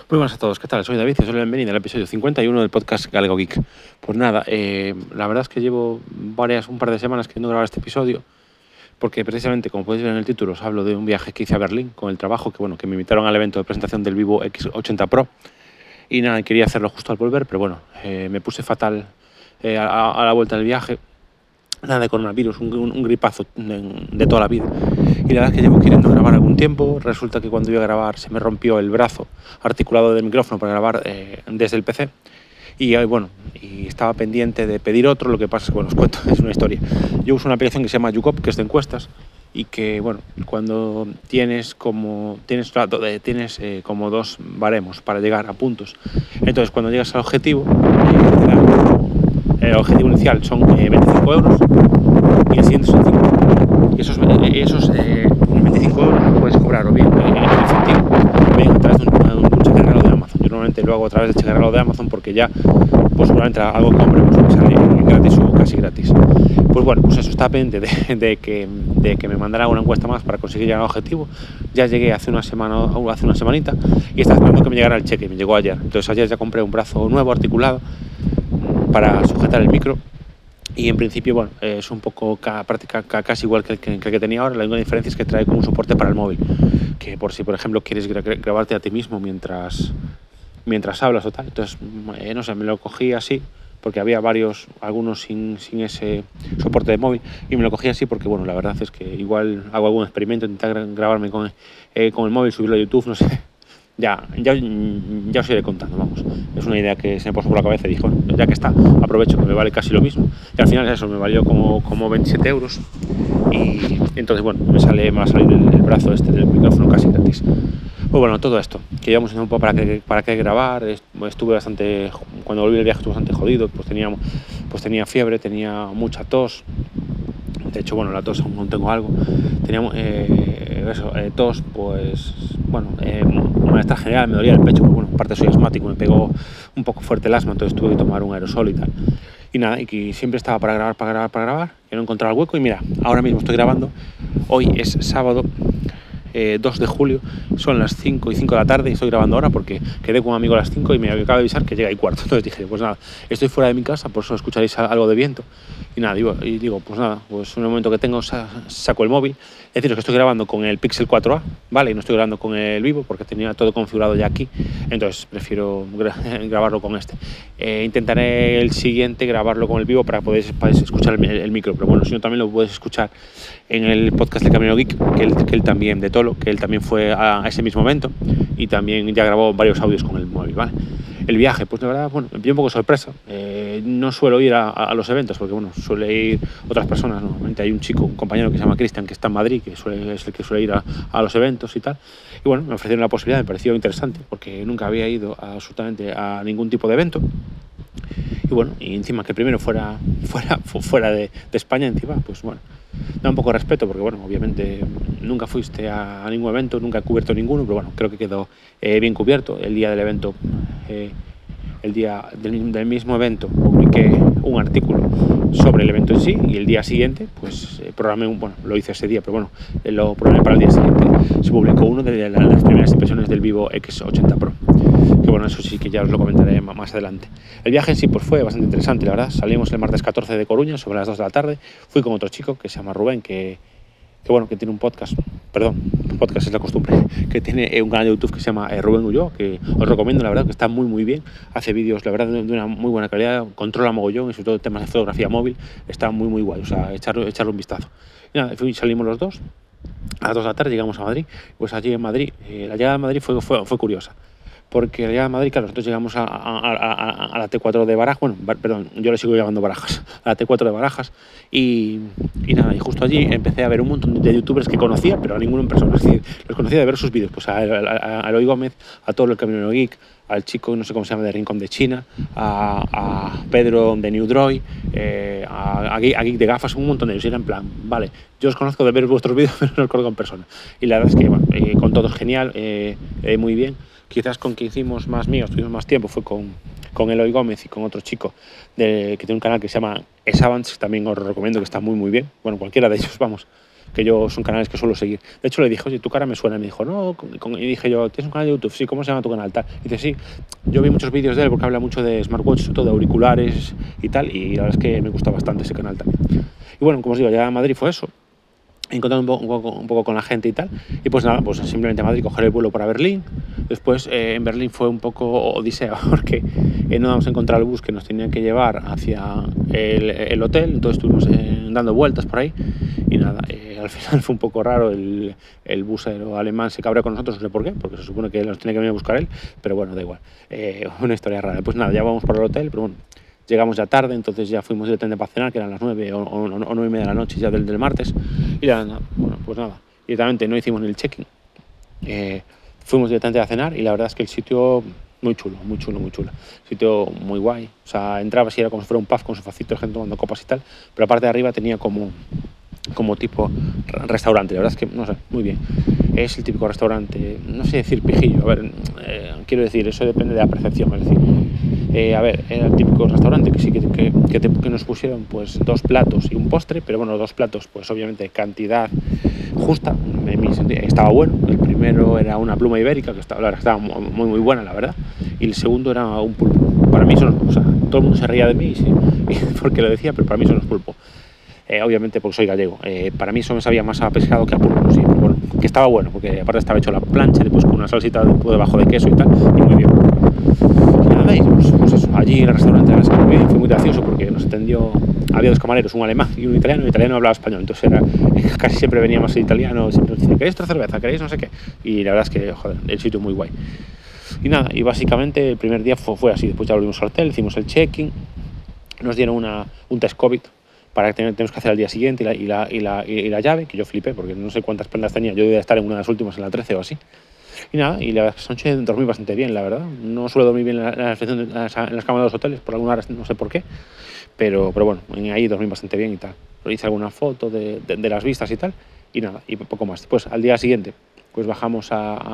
Muy buenas a todos, ¿qué tal? Soy David y os doy la bienvenida al episodio 51 del podcast Galego Geek. Pues nada, la verdad es que llevo un par de semanas queriendo grabar este episodio porque precisamente, como podéis ver en el título, os hablo de un viaje que hice a Berlín con el trabajo, que me invitaron al evento de presentación del Vivo X80 Pro y nada, quería hacerlo justo al volver, pero bueno, me puse fatal a la vuelta del viaje. Nada de coronavirus, un gripazo de toda la vida. Y la verdad es que llevo queriendo grabar algún tiempo. Resulta que cuando iba a grabar se me rompió el brazo articulado del micrófono para grabar desde el PC. Y estaba pendiente de pedir otro. Lo que pasa es que, bueno, os cuento, es una historia. Yo uso una aplicación que se llama YouCop, que es de encuestas, y que, bueno, cuando tienes como dos baremos para llegar a puntos. Entonces, cuando llegas al objetivo, el objetivo inicial son 25 euros y el siguiente son 5. Y esos 25 euros los puedes cobrar o bien en efectivo o bien a través de un cheque regalo de Amazon. Yo normalmente lo hago a través del cheque regalo de Amazon porque ya, pues seguramente algo que compre pues me sale gratis o casi gratis. Pues bueno, pues eso, está pendiente de que me mandara una encuesta más para conseguir llegar al objetivo. Ya llegué hace una semanita y estaba esperando que me llegara el cheque y me llegó ayer. Entonces ayer ya compré un brazo nuevo articulado para sujetar el micro y en principio, bueno, es un poco casi igual que el que tenía ahora. La única diferencia es que trae como un soporte para el móvil, que por si, por ejemplo, quieres grabarte a ti mismo mientras hablas o tal. Entonces, no sé, me lo cogí así porque había algunos sin ese soporte de móvil, y me lo cogí así porque, bueno, la verdad es que igual hago algún experimento, intentar grabarme con el móvil, subirlo a YouTube, no sé. Ya os iré contando, vamos. Es una idea que se me puso por la cabeza y dije, bueno, ya que está, aprovecho, que me vale casi lo mismo. Y al final eso, me valió como 27 euros. Y entonces, bueno, me va a salir el brazo del micrófono casi gratis. Pues bueno, todo esto, que llevamos un tiempo para qué grabar. Cuando volví del viaje estuve bastante jodido, pues tenía fiebre, tenía mucha tos. De hecho, bueno, la tos aún tengo algo. Teníamos tos, pues bueno, malestar general, me dolía el pecho, porque bueno, aparte soy asmático, me pegó un poco fuerte el asma, entonces tuve que tomar un aerosol y tal. Y nada, y que siempre estaba para grabar, que no encontraba el hueco, y mira, ahora mismo estoy grabando. Hoy es sábado 2 de julio, son las 5:05 de la tarde y estoy grabando ahora porque quedé con un amigo a las 5 y me acaba de avisar que llega y cuarto. Entonces dije, pues nada, estoy fuera de mi casa, por eso escucharéis algo de viento. Y nada, digo, pues nada, pues en el momento que tengo saco el móvil. Deciros que estoy grabando con el Pixel 4a, ¿vale? Y no estoy grabando con el Vivo porque tenía todo configurado ya aquí, entonces prefiero grabarlo con este. Intentaré el siguiente grabarlo con el Vivo para poder escuchar el micro, pero bueno, si no también lo puedes escuchar en el podcast de Camino Geek, que él también, de Tolo, que él también fue a ese mismo evento y también ya grabó varios audios con el móvil, ¿vale? El viaje, pues de verdad, bueno, me pilló un poco sorpresa. No suelo ir a los eventos porque, bueno, suele ir otras personas. Normalmente hay un compañero que se llama Cristian, que está en Madrid, que es el que suele ir a los eventos y tal. Y bueno, me ofrecieron la posibilidad, me pareció interesante porque nunca había ido absolutamente a ningún tipo de evento. Y bueno, y encima que primero fuera de España, encima, pues bueno, da un poco de respeto porque, bueno, obviamente nunca fuiste a ningún evento, nunca he cubierto ninguno, pero bueno, creo que quedó bien cubierto. El día del evento, el día del mismo evento, publiqué un artículo sobre el evento en sí, y el día siguiente, pues lo hice ese día, pero bueno, lo programé para el día siguiente. Se publicó uno de las primeras impresiones del Vivo X80 Pro. Que bueno, eso sí que ya os lo comentaré más adelante. El viaje en sí pues fue bastante interesante, la verdad. Salimos el martes 14 de Coruña sobre las 2 de la tarde. Fui con otro chico que se llama Rubén, que tiene un podcast, podcast es la costumbre, que tiene un canal de YouTube que se llama Rubén Ulloa, que os recomiendo, la verdad, que está muy bien. Hace vídeos, la verdad, de una muy buena calidad, controla mogollón y sobre todo temas de fotografía móvil. Está muy guay, o sea, echarle un vistazo. Y nada, salimos los dos. A las 2 de la tarde llegamos a Madrid. Pues allí en Madrid, la llegada a Madrid fue curiosa. Porque la llegada a Madrid, claro, nosotros llegamos a la T4 de Barajas, yo le sigo llamando Barajas, a la T4 de Barajas, y nada, y justo allí empecé a ver un montón de youtubers que conocía, pero a ninguno en persona, es decir, los conocía de ver sus vídeos, pues a Eloy Gómez, a todo el Camino Geek, al chico, no sé cómo se llama, de Rincón de China, a Pedro de New Droid, a Geek de Gafas, un montón de ellos, y era en plan, vale, yo os conozco de ver vuestros vídeos, pero no os conozco en persona, y la verdad es que, bueno, con todos genial, muy bien. Quizás con quien hicimos más míos, tuvimos más tiempo, fue con Eloy Gómez y con otro chico que tiene un canal que se llama Esavants, que también os recomiendo, que está muy bien. Bueno, cualquiera de ellos, vamos, que yo son canales que suelo seguir. De hecho, le dije, oye, tu cara me suena. Y me dijo, no. Y dije yo, ¿tienes un canal de YouTube? Sí, ¿cómo se llama tu canal? Tal. Y dice, sí. Yo vi muchos vídeos de él porque habla mucho de smartwatch, sobre todo de auriculares y tal. Y la verdad es que me gusta bastante ese canal también. Y bueno, como os digo, ya a Madrid fue eso. Encontrando un poco con la gente y tal. Y pues nada, pues simplemente a Madrid coger el vuelo para Berlín. Después en Berlín fue un poco odisea porque no damos a encontrar el bus que nos tenía que llevar hacia el hotel. Entonces estuvimos dando vueltas por ahí. Y nada, al final fue un poco raro. El busero alemán se cabreó con nosotros, no sé por qué, porque se supone que nos tiene que venir a buscar él. Pero bueno, da igual. Una historia rara. Pues nada, ya vamos por el hotel, pero bueno. Llegamos ya tarde, entonces ya fuimos directamente para cenar, que eran las 9 o 9:30 de la noche ya del martes. Y nada, bueno, pues nada, directamente no hicimos ni el check-in. Fuimos directamente a cenar y la verdad es que el sitio muy chulo. Sitio muy guay. O sea, entrabas y era como si fuera un pub con sofacitos, gente tomando copas y tal. Pero aparte de arriba tenía como tipo restaurante. La verdad es que, no sé, muy bien. Es el típico restaurante, no sé decir pijillo, a ver, quiero decir, eso depende de la percepción, es decir, a ver, era el típico restaurante que sí que nos pusieron pues 2 platos y un postre, pero bueno, 2 platos, pues obviamente cantidad justa, estaba bueno. El primero era una pluma ibérica, que estaba muy buena, la verdad, y el segundo era un pulpo. Para mí o sea, todo el mundo se reía de mí, sí, porque lo decía, pero para mí son los pulpos. Obviamente porque soy gallego. Para mí eso me sabía más a pescado que a pulpo, sí, pero bueno, que estaba bueno, porque aparte estaba hecho a la plancha, después con una salsita debajo de queso y tal, y muy bien. Y nada, y pues eso, allí en el restaurante muy bien, fue muy gracioso porque nos atendió, había 2 camareros, un alemán y un italiano. El italiano hablaba español, entonces casi siempre venía más el italiano, siempre decía, ¿queréis otra cerveza? ¿Queréis no sé qué? Y la verdad es que, joder, el sitio muy guay. Y nada, y básicamente el primer día fue así. Después ya volvimos al hotel, hicimos el check-in, nos dieron un test COVID para que tenemos que hacer al día siguiente y la llave, que yo flipé porque no sé cuántas prendas tenía. Yo debía estar en una de las últimas, en la 13 o así. Y nada, y la verdad es que esa noche dormí bastante bien, la verdad. No suelo dormir bien en las camas de los hoteles, por alguna razón, no sé por qué, pero bueno, ahí dormí bastante bien y tal. Hice alguna foto de las vistas y tal, y nada, y poco más. Después, al día siguiente, pues bajamos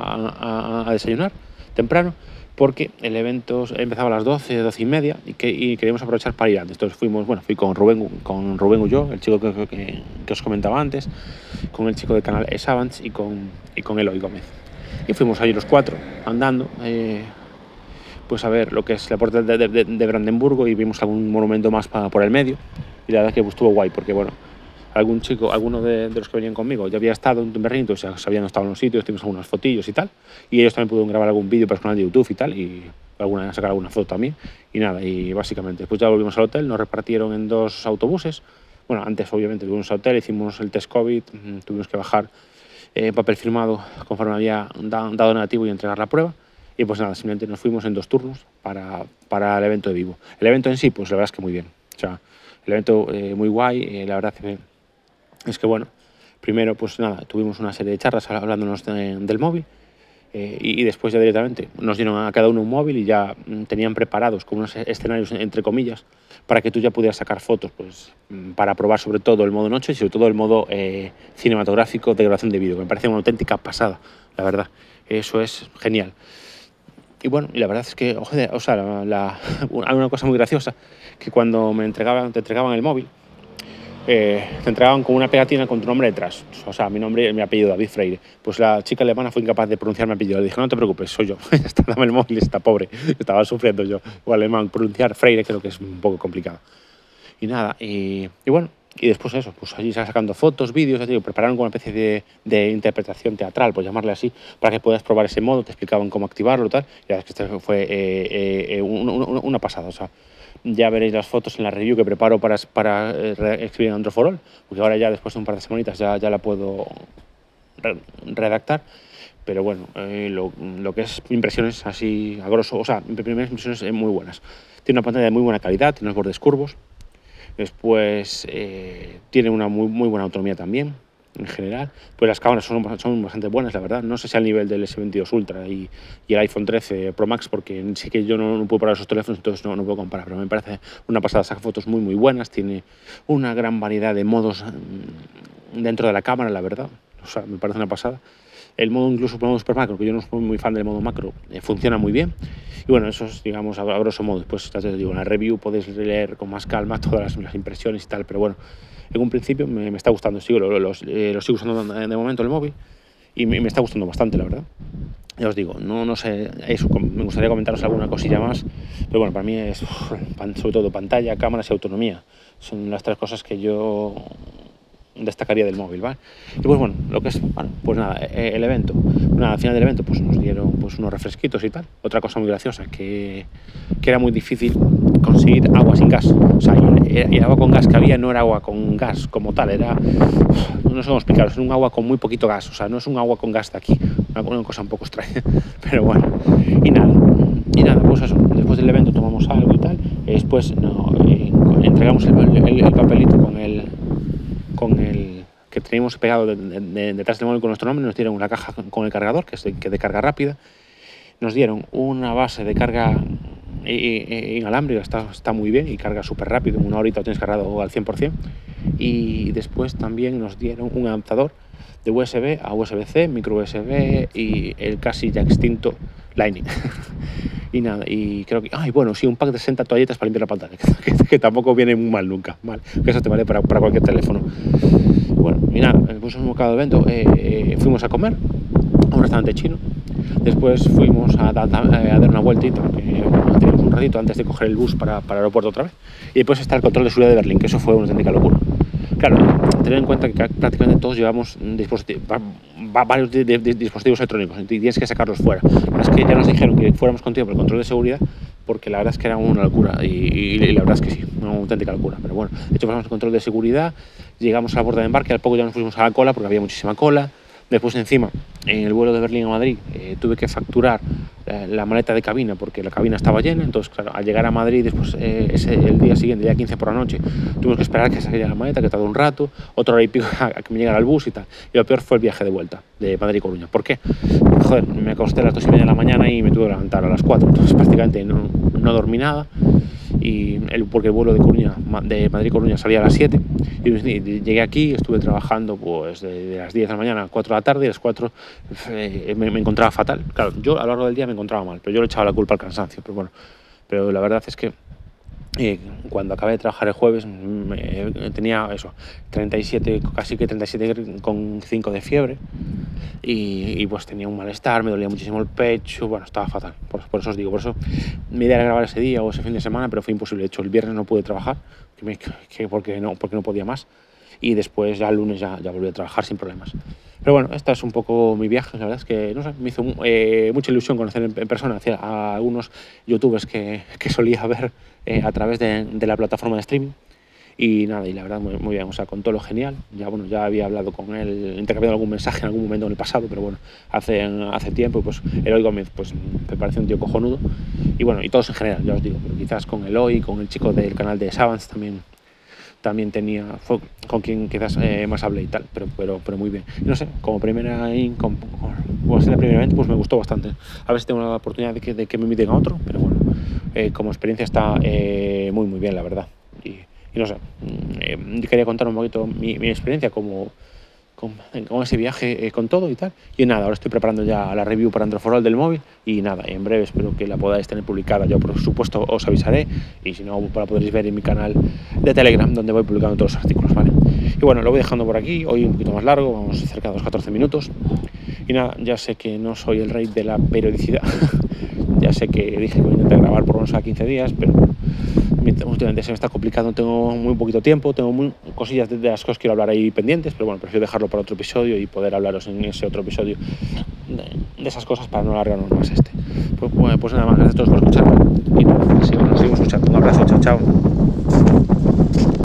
a desayunar temprano, porque el evento empezaba a las 12:30 y queríamos aprovechar para ir antes. Entonces fui con Rubén Ulló, el chico que os comentaba antes, con el chico del canal Savants y con Eloy Gómez. Y fuimos allí los 4 andando, pues a ver lo que es la puerta de Brandenburgo, y vimos algún monumento más por el medio. Y la verdad que estuvo guay, porque bueno, alguno de los que venían conmigo ya había estado en Berlín, entonces ya sabían dónde estaban los sitios, tuvimos algunas fotillos y tal, y ellos también pudieron grabar algún vídeo para su canal de YouTube y tal, y sacar alguna foto también. Y nada, y básicamente después ya volvimos al hotel, nos repartieron en 2 autobuses. Bueno, antes obviamente volvimos al hotel, hicimos el test COVID, tuvimos que bajar papel firmado conforme había dado negativo y entregar la prueba. Y pues nada, simplemente nos fuimos en 2 turnos para el evento de Vivo. El evento en sí, pues la verdad es que muy bien. O sea, el evento muy guay. La verdad es que bueno, primero pues nada, tuvimos una serie de charlas hablándonos del móvil. Y después ya directamente nos dieron a cada uno un móvil y ya tenían preparados con unos escenarios entre comillas para que tú ya pudieras sacar fotos, pues para probar sobre todo el modo noche y sobre todo el modo cinematográfico de grabación de vídeo, que me parece una auténtica pasada, la verdad. Eso es genial. Y bueno, y la verdad es que, o sea, una cosa muy graciosa, que cuando te entregaban el móvil, te entregaban con una pegatina con tu nombre detrás. O sea, mi apellido, David Freire. Pues la chica alemana fue incapaz de pronunciar mi apellido. Le dije, no te preocupes, soy yo. Dame el móvil, está pobre. Estaba sufriendo yo. O alemán, pronunciar Freire creo que es un poco complicado. Y nada, y bueno, y después eso, pues allí sacando fotos, vídeos, prepararon como una especie de interpretación teatral, por llamarle así, para que puedas probar ese modo, te explicaban cómo activarlo y tal. Y la verdad es que esto fue una pasada, o sea, ya veréis las fotos en la review que preparo para escribir en Android for All, porque ahora ya después de un par de semanitas ya la puedo redactar. Pero bueno, lo que es impresiones así a grosso, o sea, primeras impresiones muy buenas. Tiene una pantalla de muy buena calidad, tiene unos bordes curvos. Después tiene una muy buena autonomía también, en general. Pues las cámaras son bastante buenas, la verdad. No sé si al nivel del S22 Ultra y el iPhone 13 Pro Max, porque sí que yo no puedo parar esos teléfonos, entonces no puedo comparar. Pero me parece una pasada, saca fotos muy buenas. Tiene una gran variedad de modos dentro de la cámara, la verdad. O sea, me parece una pasada. El modo incluso modo super macro, que yo no soy muy fan del modo macro, funciona muy bien. Y bueno, eso es, digamos, a grosso modo. Después, ya te digo, en la review podéis leer con más calma todas las impresiones y tal, pero bueno, en un principio me está gustando. Lo sigo usando de momento el móvil y me está gustando bastante, la verdad. Ya os digo, no sé, eso, me gustaría comentaros alguna cosilla más, pero bueno, para mí es sobre todo pantalla, cámaras y autonomía. Son las 3 cosas que yo destacaría del móvil, ¿vale? Y pues bueno, lo que es, bueno, pues nada, el evento. Nada, al final del evento pues nos dieron pues unos refresquitos y tal. Otra cosa muy graciosa, que era muy difícil conseguir agua sin gas. O sea, el agua con gas que había no era agua con gas como tal, era, no sé cómo explicaros, es un agua con muy poquito gas. O sea, no es un agua con gas de aquí, una cosa un poco extraña. Pero bueno, y nada, pues eso, después del evento tomamos algo y tal, y después entregamos el papelito con el que teníamos pegado detrás del móvil con nuestro nombre. Nos dieron una caja con el cargador, que es de carga rápida. Nos dieron una base de carga inalámbrica, está muy bien y carga súper rápido, en 1 horita lo tienes cargado al 100%. Y después también nos dieron un adaptador de USB a USB-C, micro USB y el casi ya extinto Lightning. Y nada, y creo que, bueno, sí, un pack de 60 toallitas para limpiar la pantalla, que tampoco viene muy mal nunca, ¿vale? Que eso te vale para cualquier teléfono. Bueno, y nada, después hemos acabado el evento, fuimos a comer a un restaurante chino. Después fuimos a dar una vueltita, que teníamos un ratito antes de coger el bus para el aeropuerto otra vez. Y después está el control de seguridad de Berlín, que eso fue una auténtica locura. Claro, tener en cuenta que prácticamente todos llevamos varios dispositivos electrónicos y tienes que sacarlos fuera. Es que ya nos dijeron que fuéramos contigo por el control de seguridad, porque la verdad es que era una locura y la verdad es que sí, una auténtica locura. Pero bueno, de hecho pasamos el control de seguridad, llegamos a la puerta de embarque, al poco ya nos pusimos a la cola porque había muchísima cola. Después encima, en el vuelo de Berlín a Madrid, tuve que facturar la maleta de cabina porque la cabina estaba llena. Entonces, claro, al llegar a Madrid, después el día siguiente, el día 15 por la noche, tuvimos que esperar a que saliera la maleta, que tardó un rato, otra hora y pico a que me llegara el bus y tal. Y lo peor fue el viaje de vuelta de Madrid a Coruña. ¿Por qué? Joder, me acosté a las 2:30 de la mañana y me tuve que levantar a las 4. Entonces prácticamente no dormí nada. Porque el vuelo de Madrid a Coruña salía a las 7 y llegué aquí, estuve trabajando pues de las 10 de la mañana a 4 de la tarde y a las 4 me encontraba fatal. Claro, yo a lo largo del día me encontraba mal, pero yo le echaba la culpa al cansancio. Pero bueno, pero la verdad es que cuando acabé de trabajar el jueves tenía eso, 37, casi que 37,5 de fiebre y pues tenía un malestar, me dolía muchísimo el pecho, bueno, estaba fatal, por eso os digo, por eso mi idea era grabar ese día o ese fin de semana, pero fue imposible. De hecho, el viernes no pude trabajar porque no podía más, y después ya el lunes ya volví a trabajar sin problemas. Pero bueno, esta es un poco mi viaje. La verdad es que, no sé, me hizo mucha ilusión conocer en persona a algunos youtubers que solía ver a través de la plataforma de streaming. Y nada, y la verdad muy bien, o sea, con todo lo genial. Ya había hablado con él, intercambiado algún mensaje en algún momento en el pasado, pero bueno, hace tiempo, y pues Eloy Gómez pues me parece un tío cojonudo. Y bueno, y todos en general, ya os digo, pero quizás con Eloy, con el chico del canal de Savants también fue con quien quizás más hablé y tal, pero muy bien. Y no sé, como primera evento, pues me gustó bastante. A ver si tengo la oportunidad de que me inviten a otro, pero bueno, como experiencia está muy bien, la verdad. Y no sé, quería contar un poquito mi experiencia con ese viaje, con todo y tal. Y nada, ahora estoy preparando ya la review para Android for All del móvil y nada, en breve espero que la podáis tener publicada. Yo por supuesto os avisaré, y si no, la podréis ver en mi canal de Telegram, donde voy publicando todos los artículos, ¿vale? Y bueno, lo voy dejando por aquí, hoy un poquito más largo, vamos cerca de los 14 minutos. Y nada, ya sé que no soy el rey de la periodicidad. Ya sé que dije que voy a intentar grabar por unos 15 días, pero últimamente se me está complicando, tengo muy poquito tiempo, tengo cosillas de las cosas que quiero hablar ahí pendientes, pero bueno, prefiero dejarlo para otro episodio y poder hablaros en ese otro episodio de esas cosas para no alargarnos más este. Pues nada más, gracias a todos por escucharme y nada, nos seguimos escuchando. Un abrazo, chao.